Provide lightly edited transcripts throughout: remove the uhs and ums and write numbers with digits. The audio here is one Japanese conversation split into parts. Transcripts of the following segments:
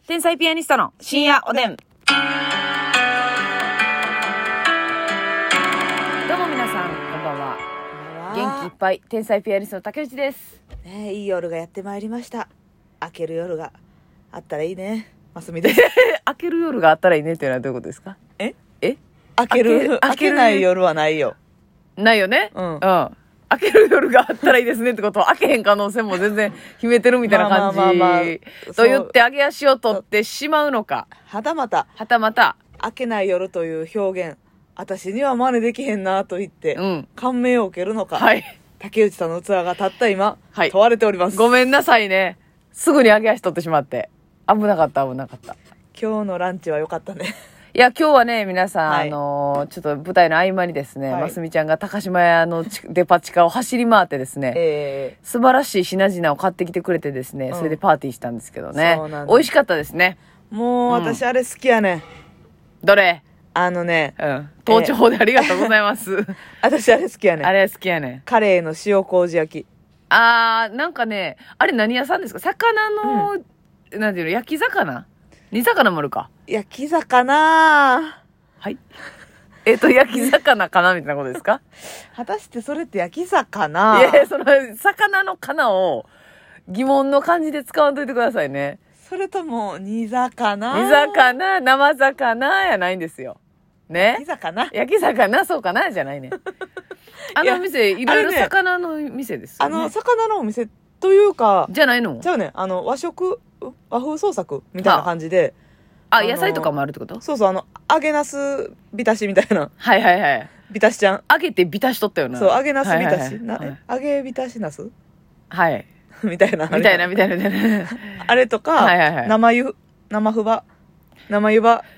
天才ピアニストの深夜おでん。どうも皆さん、こんばんは。元気いっぱい天才ピアニストの竹内です。 ね、いい夜がやってまいりました。明ける夜があったらいいね。ますみです。 明ける夜があったらいいねっていうのはどういうことですか？ え明けない夜はないよ。 ないよね。 うん。 明ける夜があったらいいですねってことは、明けへん可能性も全然秘めてるみたいな感じと言って揚げ足を取ってしまうのか、 はたまた明けない夜という表現、私には真似できへんなと言って、感銘を受けるのか、 はい、 竹内さんの器がたった今、 はい、 問われております。 ごめんなさいね、すぐに揚げ足取ってしまって危なかった。 今日のランチは良かったね。 いや、今日はね、皆さん、 はい、 ちょっと舞台の合間にですね、 はい、 ますみちゃんが高島屋のデパ地下を走り回ってですね、素晴らしい品々を買ってきてくれてですね、それでパーティーしたんですけどね。美味しかったですね。 もう、私あれ好きやね。 どれ？ 盗聴法でありがとうございます。 私あれ好きやね。 あれ好きやね。 カレーの塩麹焼き。 なんかね、あれ何屋さんですか？魚の、なんていうの、焼き魚？煮魚もあるか。 焼き魚。 はい。焼き魚かなみたいなことですか？ 果たしてそれって焼き魚？ いや、その、魚のkanaを疑問の感じで使わんといてくださいね。 それとも、煮魚？ 煮魚、生魚やないんですよ。ね。焼き魚、そうかなじゃないね。あの店、いろいろ魚の店ですよね。 魚のお店というか。 じゃないの？ じゃあね、和風創作みたいな感じで。 野菜とかもあるってこと？ そうそう、揚げナス浸しみたいな。 はいはいはい。 浸しちゃん。 揚げて浸しとったよな。 そう、揚げナス浸し。揚げ浸しナス？ はい。 みたいな。 みたいな。 あれとか、生湯葉。生湯葉。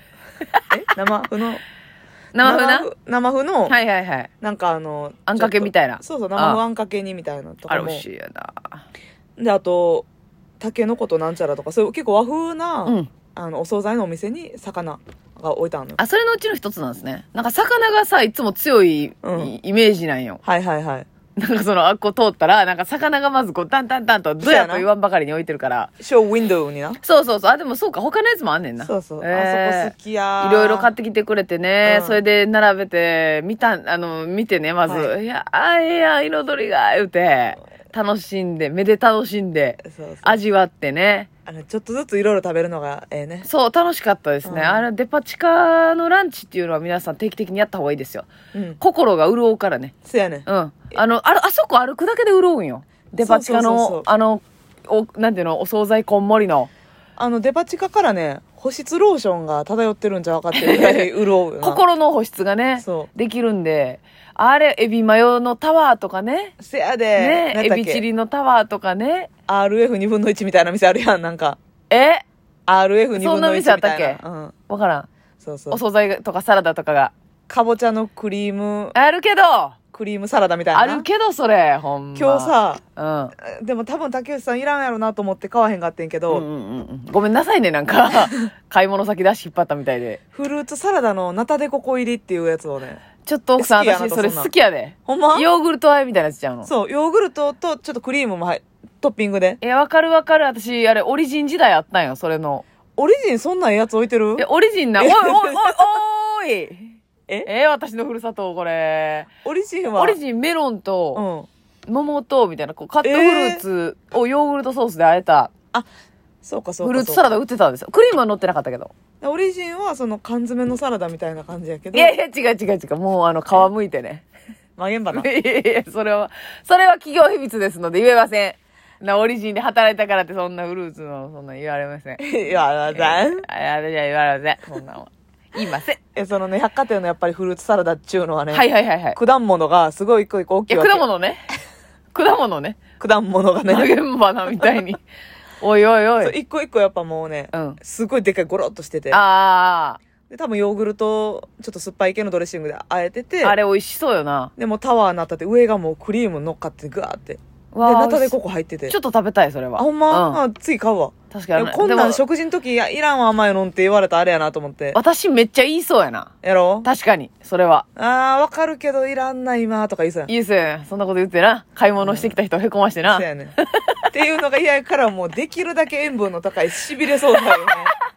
生麩の、 はいはいはい。 なんかあんかけみたいな。 そうそう、生麩あんかけにみたいなとかも。 あれ美味しいやな。 で、あと、タケノコとなんちゃらとか、そういう結構和風な、お惣菜のお店に魚が置いてあるのよ。 それのうちの一つなんですね。なんか魚がさ、いつも強い、イメージなんよ。 はいはいはい。 なんかあっこ通ったら、なんか魚がまずタンタンタンと、どやと言わんばかりに置いてるから。 ショーウィンドウにな。 そう。でもそうか、他のやつもあんねんな。 そうそう。あそこ好きや。 いろいろ買ってきてくれてね、それで並べて、見てね、まず。いや、彩りが、言うて、目で楽しんで、味わってね。 ちょっとずついろいろ食べるのがね。 そう、楽しかったですね。デパ地下のランチっていうのは皆さん定期的にやった方がいいですよ。心が潤うからね。 そうやね。 あそこ歩くだけで潤うんよ。デパ地下の、なんていうの、お惣菜こんもりの。 デパ地下からね、保湿ローションが漂ってるんじゃ分かってるぐらい潤うよな。 心の保湿がね、できるんで、エビマヨのタワーとかね。 せやで。 ね、エビチリのタワーとかね。 RF2 分の1みたいな店あるやん、なんか。RF2 分の1みたいな。 そんな店あったっけ？わからん。 そう。 お惣菜とかサラダとかが。 かぼちゃのクリーム。 あるけど。 クリームサラダみたいな。 あるけど、それ、ほんま。 今日さ、でも多分竹内さんいらんやろなと思って買わへんかってんけど。 ごめんなさいね、なんか。買い物先出し引っ張ったみたいで。 フルーツサラダのナタデココ入りっていうやつをね。 ちょっと奥さん、私それ好きやで。 ほんま？ ヨーグルトあえみたいなやつちゃうの？ そう、ヨーグルトとちょっとクリームもトッピングで。 わかる。私、あれ、オリジン時代あったんよ、それの。 オリジンそんなやつ置いてる？ オリジンな、おい私のふるさと、これ。 オリジンメロンと、桃と、みたいな、カットフルーツをヨーグルトソースで和えた。 そうか。 フルーツサラダ売ってたんですよ。クリームは乗ってなかったけど。 オリジンはその缶詰のサラダみたいな感じやけど。 いや、違う。もう皮むいてね。 曲げんばな。 いや、それは企業秘密ですので言えません。オリジンで働いたからってそんなフルーツの、そんな言われません。 言われません。 言われません。そんなのは。言いません。 そのね、百貨店のやっぱりフルーツサラダっちゅうのはね。 はい。 果物がすごい一個一個大きいわけ。 果物ね。果物がね。現場なみたいに。おい。 一個一個やっぱもうね、すごいでかいゴロッとしてて。で、多分ヨーグルト、ちょっと酸っぱい系のドレッシングで和えてて。 あれ美味しそうよな。 でもタワーになったって上がもうクリーム乗っかってガーって。で、ナタデココ入ってて。 ちょっと食べたい、それは。 ほんま？次買うわ。 確かに。 こんなん食事の時、いらんわ甘いのって言われたらあれやなと思って。 私めっちゃ言いそうやな。 やろ？ 確かに、それは。 わかるけどいらんな今とか言いそうやん。 言いそうやん。そんなこと言ってな。買い物してきた人へこましてな。 そうやねん。っていうのが嫌やからもうできるだけ塩分の高い痺れそうだよね。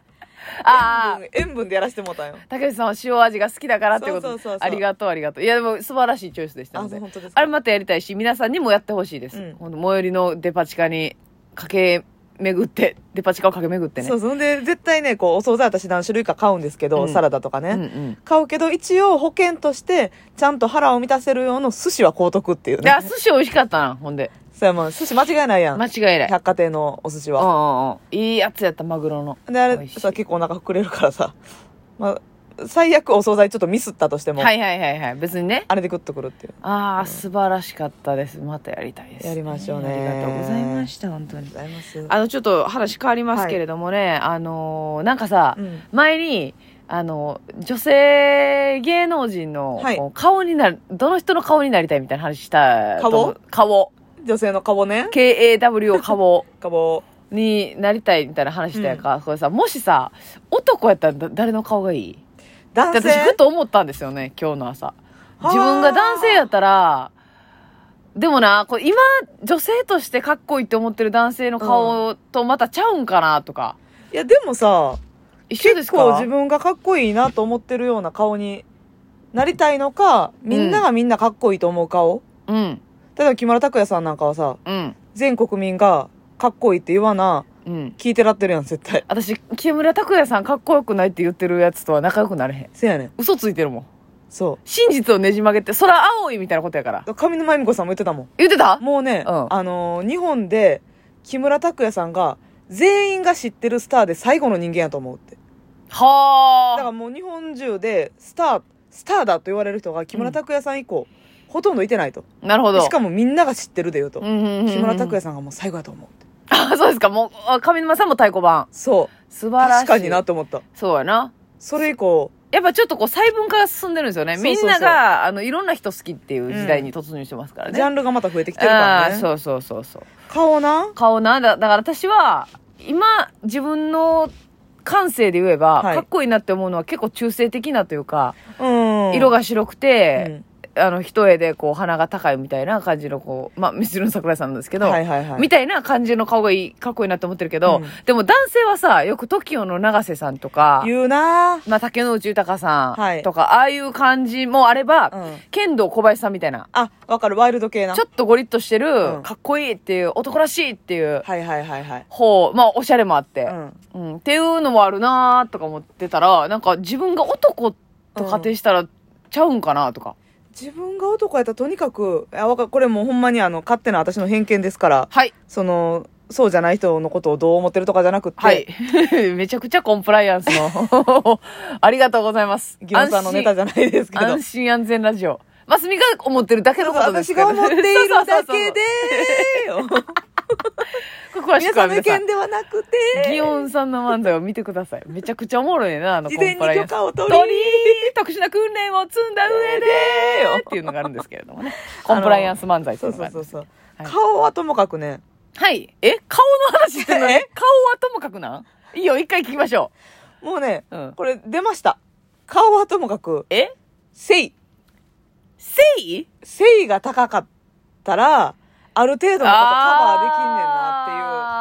ああ、 塩分でやらせてもらったんよ。 竹内さんは塩味が好きだからってことそうそうそうそうありがとう、ありがとう。いや、でも素晴らしいチョイスでしたので。 本当ですか。 あれまたやりたいし、皆さんにもやってほしいです。ほんと最寄りのデパ地下に駆け巡って、デパ地下を駆け巡ってね。 そうそう。で、絶対ね、こう、お惣菜私何種類か買うんですけど、サラダとかね。買うけど、一応保険として、ちゃんと腹を満たせる用の寿司は買うとくっていうね。 いや、寿司美味しかったな、ほんで。 そうやもん、寿司間違いないやん。 間違いない。 百貨店のお寿司は。 いいやつやった、マグロの。 で、あれさ、結構お腹膨れるからさ。まあ、最悪お惣菜ちょっとミスったとしても。 はいはいはいはい。別にね。 あれでグッとくるっていう。 ああ、素晴らしかったです。またやりたいです。 やりましょうね。 ありがとうございました、本当に。 ありがとうございます。 ちょっと話変わりますけれどもね、なんかさ、前に、女性芸能人の顔になる、どの人の顔になりたいみたいな話した顔。 女性の顔ね。 KAW 顔。 顔。 になりたいみたいな話したやんか。これさ、もしさ、男やったら誰の顔がいい？ 男性？ 私ふと思ったんですよね、今日の朝。自分が男性やったら、でもな、これ今、女性としてかっこいいって思ってる男性の顔とまたちゃうんかなとか。 いや、でもさ、 一緒ですか？ 結構自分がかっこいいなと思ってるような顔になりたいのか、みんながみんなかっこいいと思う顔。例えば木村拓哉さんなんかはさ、全国民がかっこいいって言わな、聞いてらってるやん、絶対。 私、木村拓哉さんかっこよくないって言ってるやつとは仲良くなれへん。 せやねん。 嘘ついてるもん。 そう。 真実をねじ曲げて、空青いみたいなことやから。 上沼恵美子さんも言ってたもん。 言ってた？ もうね、日本で木村拓哉さんが全員が知ってるスターで最後の人間やと思うって。 はあ。 だからもう日本中でスターだと言われる人が木村拓哉さん以降、ほとんどいてないと。 なるほど。 しかもみんなが知ってるで言うと。木村拓哉さんがもう最後やと思うって。 あ、そうですか。もう、上沼さんも太鼓判。 そう。 素晴らしい。 確かになと思った。 そうやな。 それ以降。 やっぱちょっとこう細分化が進んでるんですよね。みんなが、いろんな人好きっていう時代に突入してますからね。 ジャンルがまた増えてきてるからね。 そうそうそうそう。 顔な。 だから私は、今、自分の感性で言えば、かっこいいなって思うのは結構中性的なというか、色が白くて、一重でこう鼻が高いみたいな感じのこう、ミスルの桜井さんなんですけど、みたいな感じの顔がかっこいいなって思ってるけど、でも男性はさ、よく TOKIO の永瀬さんとか、 言うな竹野内豊さんとか、ああいう感じもあれば、剣道小林さんみたいな。 あ、わかる、ワイルド系な。 ちょっとゴリッとしてる、かっこいいっていう、男らしいっていう、 方、 おしゃれもあって、っていうのもあるなーとか思ってたら、なんか自分が男と仮定したらちゃうんかなとか。 自分が男やったらとにかく、これもうほんまに勝手な私の偏見ですから、 はい。 そうじゃない人のことをどう思ってるとかじゃなくて、 はい。めちゃくちゃコンプライアンスの、ありがとうございます。 ギョンさんのネタじゃないですけど。 安心安全ラジオ。マスミが思ってるだけのことですから。私が思っているだけでよ。 詳しくは皆さん。 皆さんの意見ではなくて。 ギオンさんの漫才を見てください。めちゃくちゃおもろいねな、 事前に許可を取り、 特殊な訓練を積んだ上でっていうのがあるんですけれどもね。コンプライアンス漫才っていうのがあるんです。 そう。顔はともかくね。 はい。顔の話してるのね。顔はともかくないいよ、一回聞きましょう。もうね、これ出ました。顔はともかく。誠意が高かったら、ある程度のことカバーできんねんなっていう。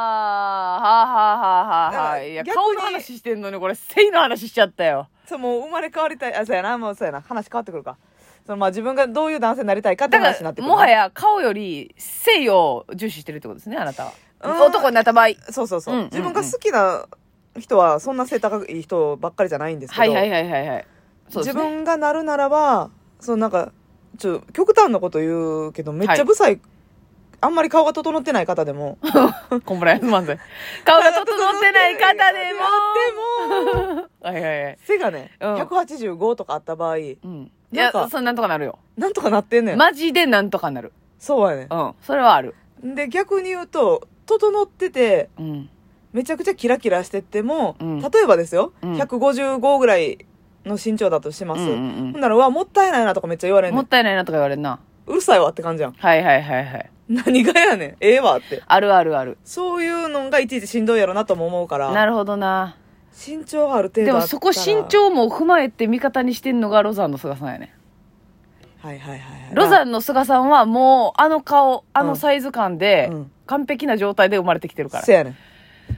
いや、顔の話してんのに、これ、誠意の話しちゃったよ。 もう生まれ変わりたい。そうやな、話変わってくるか。自分がどういう男性になりたいかって話になってくる。 もはや、顔より、誠意を重視してるってことですね、あなたは。男になった場合。 そう。自分が好きな人は、そんな背高い人ばっかりじゃないんですけど。 はい。 自分がなるならば、極端なこと言うけど、めっちゃブサイ、あんまり顔が整ってない方でも。 コンプライアンス漫才。顔が整ってない方でも。 背がね、185とかあった場合。いや、なんとかなるよ。 なんとかなってんねん。 マジでなんとかなる。 そうやね。 それはある。 で、逆に言うと、整ってて、めちゃくちゃキラキラしてっても、例えばですよ、155ぐらいの身長だとします。ほんなら、もったいないなとかめっちゃ言われんねん。 もったいないなとか言われんな。 うるさいわって感じやん。 はい。 何がやねん。ええわって。 ある。 そういうのがいちいちしんどいやろなとも思うから。 なるほどな。 身長がある程度でもそこ身長も踏まえて味方にしてんのがロザンの菅さんやね。 はい。 ロザンの菅さんはもうあの顔、あのサイズ感で、完璧な状態で生まれてきてるから。 そうやねん。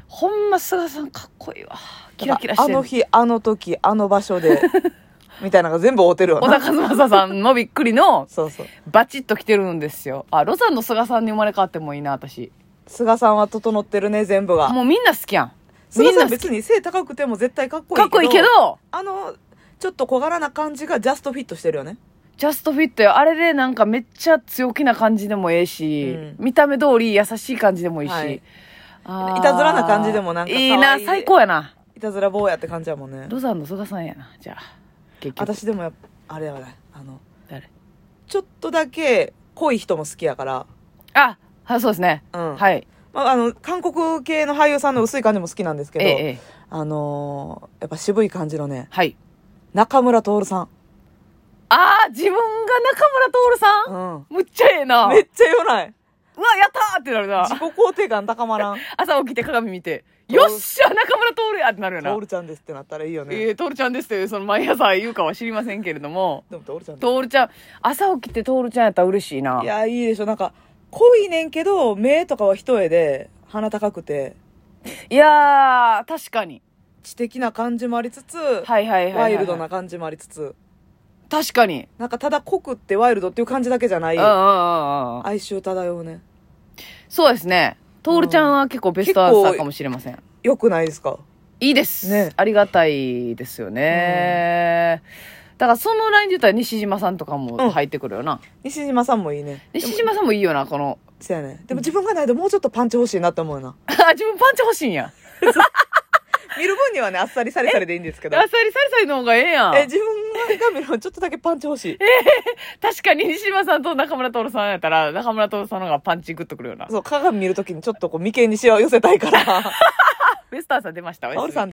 ほんま菅さんかっこいいわ。キラキラしてる。 あの日、あの時、あの場所で、みたいなのが全部合うてるよな。 小田和正さんのびっくりの、 そうそう。 バチッと来てるんですよ。あ、ロザンの菅さんに生まれ変わってもいいな、私。 菅さんは整ってるね、全部が。 もうみんな好きやん。 菅さん別に背高くても絶対かっこいいけど。 かっこいいけど、 ちょっと小柄な感じがジャストフィットしてるよね。 ジャストフィットよ。あれでなんかめっちゃ強気な感じでもええし、見た目通り優しい感じでもいいし。はい、 いたずらな感じでもなんかいいな、最高やな。 いたずら坊やって感じやもんね。 ロザンの菅さんやな、じゃあ。 結局。私でもあれやわね。 誰？ ちょっとだけ濃い人も好きやから。 あ、そうですね。 うん。 はい。 まあ、韓国系の俳優さんの薄い感じも好きなんですけど、やっぱ渋い感じのね、 はい。 中村徹さん。 自分が中村徹さん、むっちゃええな。 めっちゃよない。 うわ、やったーってなるな。 自己肯定感高まらん。 朝起きて鏡見て、よっしゃ、中村徹やってなるよな。 徹ちゃんですってなったらいいよね。 徹ちゃんですって、その毎朝言うかは知りませんけれども。 でも徹ちゃん。 徹ちゃん、朝起きて徹ちゃんやったら嬉しいな。 いや、いいでしょ。なんか、濃いねんけど、目とかは一重で、鼻高くて。 いやー、確かに。 知的な感じもありつつ、 ワイルドな感じもありつつ。 確かに。 なんかただ濃くってワイルドっていう感じだけじゃない。哀愁漂うね。 そうですね。徹ちゃんは結構ベストアンサーかもしれません。 よくないですか？ いいです。ね。ありがたいですよね。だからそのラインで言ったら西島さんとかも入ってくるよな。 西島さんもいいね。 西島さんもいいよな、この。 そうやね。でも自分がないともうちょっとパンチ欲しいなって思うな。 自分パンチ欲しいんや。 見る分にはね、あっさりサリサリでいいんですけど。 あっさりサリサリの方がええやん。 自分が見るのちょっとだけパンチ欲しい。 確かに西島さんと中村徹さんやったら、中村徹さんの方がパンチグッとくるよな。 そう、鏡見るときにちょっとこう眉間にシワを寄せたいから。 ベスターさん出ました。 オルさん